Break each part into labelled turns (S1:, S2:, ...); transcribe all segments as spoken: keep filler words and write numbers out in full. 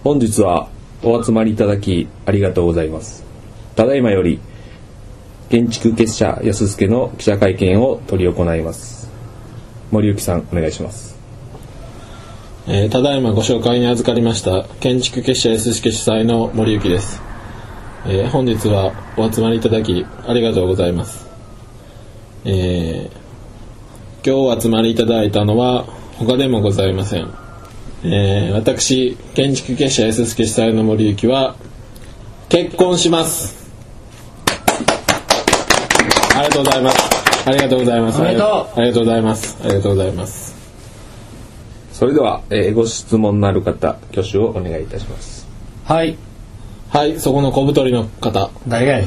S1: 本日はお集まりいただきありがとうございます。ただいまより建築結社安助の記者会見を執り行います。森幸さん、お願いします。
S2: えー、ただいまご紹介に預かりました建築結社安助主催の森幸です。えー、本日はお集まりいただきありがとうございます。えー、今日お集まりいただいたのは他でもございません。えー、私建築結社安助主催の森幸は結婚します。ありがとうございます。ありがとうございます。
S3: おめでとう。
S2: ありがとうございます。ありがとうございます。
S1: それでは、えー、ご質問のある方、挙手をお願いいたします。
S3: はい
S2: はい、そこの小太りの方。
S3: 誰がやねん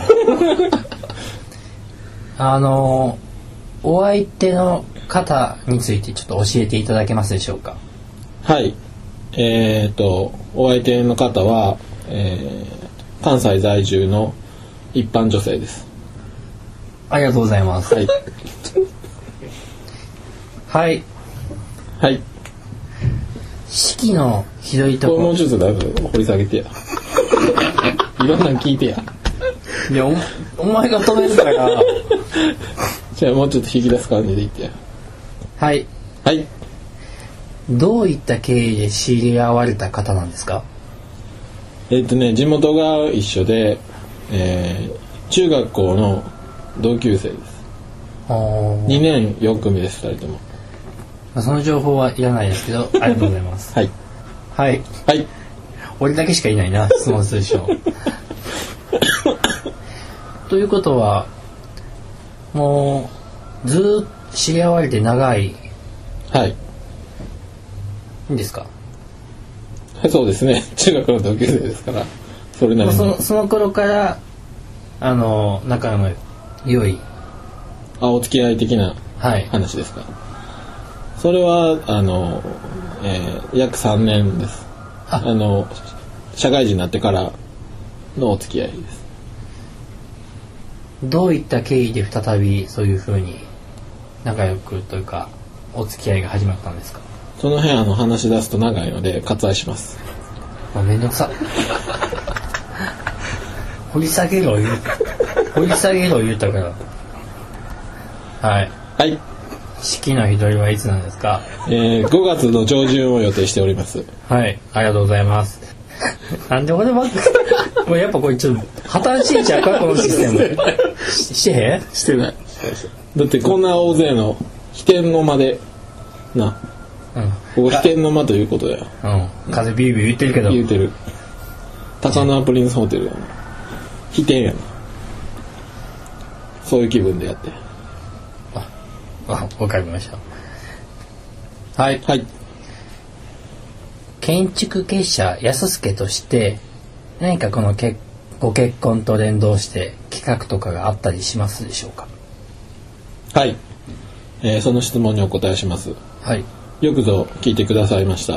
S3: あのお相手の方についてちょっと教えていただけますでしょうか。
S2: はい、えーとお相手の方は、えー、関西在住の一般女性です。
S3: ありがとうございます。
S2: はい
S3: はい
S2: はい
S3: 式のひどいとこ
S2: これもうちょっとだいぶ掘り下げてやいろんなの聞いてや。
S3: いや お, お前が止めるから
S2: じゃあもうちょっと引き出す感じでいってや。
S3: はい
S2: はい
S3: どういった経緯で知り合われた方なんですか。
S2: えっとね地元が一緒で、えー、中学校の同級生です。にねんよん組ですふたりとも。
S3: その情報はいらないですけどありがとうございます
S2: はい
S3: はい
S2: はい
S3: 俺だけしかいないな質問する人ということはもうずーっと知り合われて長い
S2: はい
S3: いいんですか。
S2: そうですね中学の同級生ですからそれなりに
S3: その、その頃からあの仲の良い
S2: あお付き合い的な
S3: はい
S2: 話ですか。それはあの、えー、約さんねんです。ああの社会人になってからのお付き合いです。
S3: どういった経緯で再びそういう風に仲良くというかお付き合いが始まったんですか。
S2: その辺あの話し出すと長いので割愛します。
S3: もうめんどくさ掘り下げろ言う掘り下げろ言うたからはい
S2: はい
S3: 式の日取りはいつなんですか。
S2: えー、ごがつの上旬を予定しております。
S3: はいありがとうございますなんで俺ばっかもうやっぱこれちょっと破綻しんちゃうかこのシステムし, してへん
S2: してないだってこんな大勢の飛天の間でな、うん、ここ飛天の間ということだよ。
S3: うん風ビュービュー言ってるけど
S2: 言うてる高輪プリンスホテルやな飛天やなそういう気分でやって
S3: あ、わかりました。はい、
S2: はい、
S3: 建築結社安助として何かこのけご結婚と連動して企画とかがあったりしますでしょうか。
S2: はい、えー、その質問にお答えします。
S3: はい、
S2: よくぞ聞いてくださいました。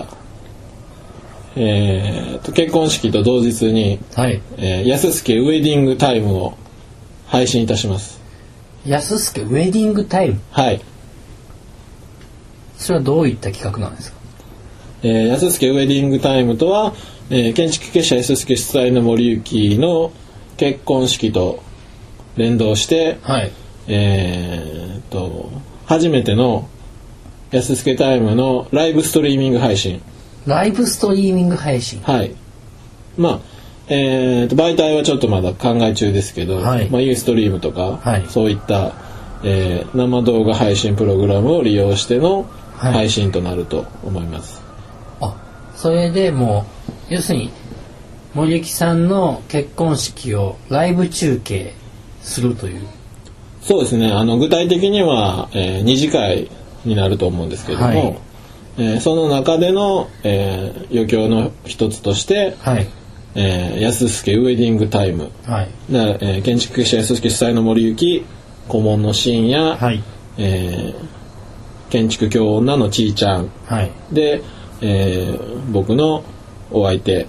S2: えー、と結婚式と同日に、
S3: はい
S2: えー、安助ウェディングタイムを配信いたします。
S3: 安助ウェディングタイム。
S2: はい。
S3: それはどういった企画なんですか。
S2: えー、安助ウェディングタイムとは、えー、建築結社安助主催の森幸の結婚式と連動して、
S3: はい、
S2: えー、と初めての安助タイムのライブストリーミング配信。
S3: ライブストリーミング配信。
S2: はい。まあ。えー、と媒体はちょっとまだ考え中ですけど、はい、まあ、ユーストリームとか、はい、そういった、えー、生動画配信プログラムを利用しての配信となると思います。
S3: はい、あ、それでもう要するに森幸さんの結婚式をライブ中継するという。
S2: そうですね。あの具体的には、えー、二次会になると思うんですけども、はい、えー、その中での、えー、余興の一つとして、はい、えー、安助ウェディングタイム、はい、だから、えー、建築結社安助主催の森幸顧問のシーンや、はい、えー、建築教女のちーちゃん、はい、で、えー、僕のお相手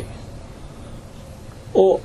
S2: を、はい、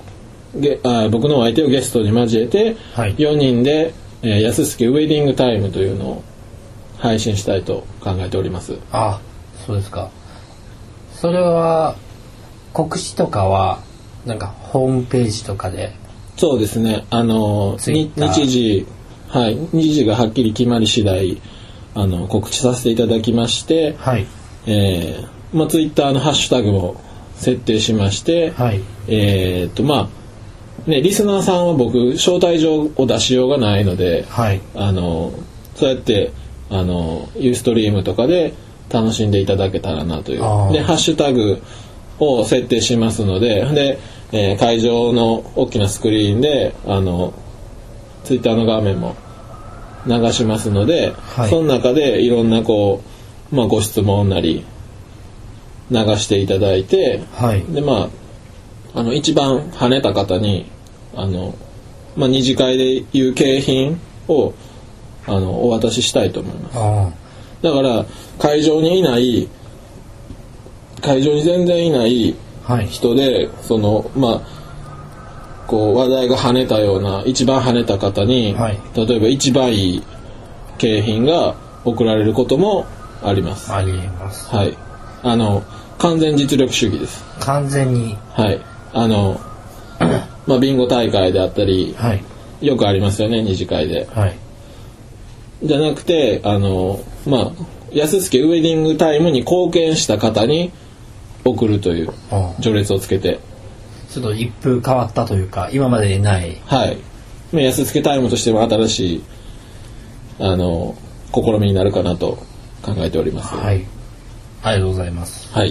S2: げあ僕のお相手をゲストに交えて、はい、よにんで、えー、安助ウェディングタイムというのを配信したいと考えております。
S3: あ、そうですか。それは告知とかはなんかホームページとかで。
S2: そうですね。あの日時、はい、日時がはっきり決まり次第あの告知させていただきまして、はい、えー、まあツイッターのハッシュタグを設定しまして、はい、えー、っとまあねリスナーさんは僕招待状を出しようがないので、はい、あのそうやってあのユーストリームとかで楽しんでいただけたらなという。でハッシュタグを設定しますので、で、えー、会場の大きなスクリーンであのツイッターの画面も流しますので、はい、その中でいろんなこう、まあ、ご質問なり流していただいて、はい、でまああの一番跳ねた方にあの、まあ、二次会でいう景品をあのお渡ししたいと思います。あだから会場にいない会場に全然いない人で、はい、そのまあこう話題が跳ねたような一番跳ねた方に、はい、例えば一番いい景品が贈られることもあります。
S3: ありえます。
S2: はい。あの完全実力主義です。
S3: 完全に。
S2: はい。あのまあビンゴ大会であったり、はい、よくありますよね二次会で。はい。じゃなくてあのまあ安助ウェディングタイムに貢献した方に贈るという序列をつけて。
S3: ちょっと一風変わったというか今までにない。
S2: はい。安助タイムとしても新しいあの試みになるかなと考えております。
S3: はい。ありがとうございます。
S2: はい。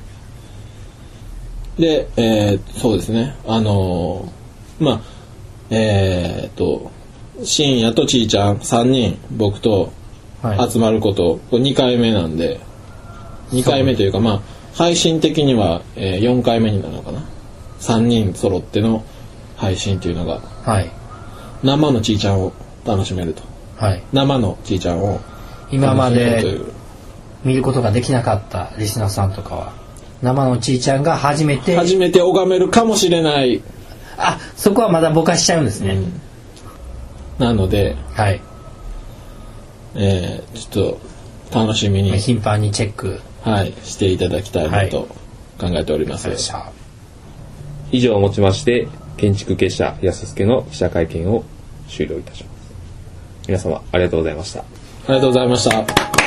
S2: で、えー、そうですね。あのー、まあえー、っと深夜とちーちゃんさんにん僕と集まること、はい、これにかいめなんでにかいめというかまあ配信的には、えー、よんかいめになるのかな。さんにん揃っての配信というのが、はい、生のちーちゃんを楽しめると、はい、生のちーちゃんを
S3: 今まで見ることができなかったリスナーさんとかは生のちーちゃんが初めて
S2: 初めて拝めるかもしれない。
S3: あ、そこはまだぼかしちゃうんですね、うん、
S2: なので、はい、えー、ちょっと楽しみに
S3: 頻繁にチェック、
S2: はい、していただきたいなと考えております。はい、
S1: 以上をもちまして建築結社安助の記者会見を終了いたします。皆様ありがとうございました。あ
S2: りがとうございました。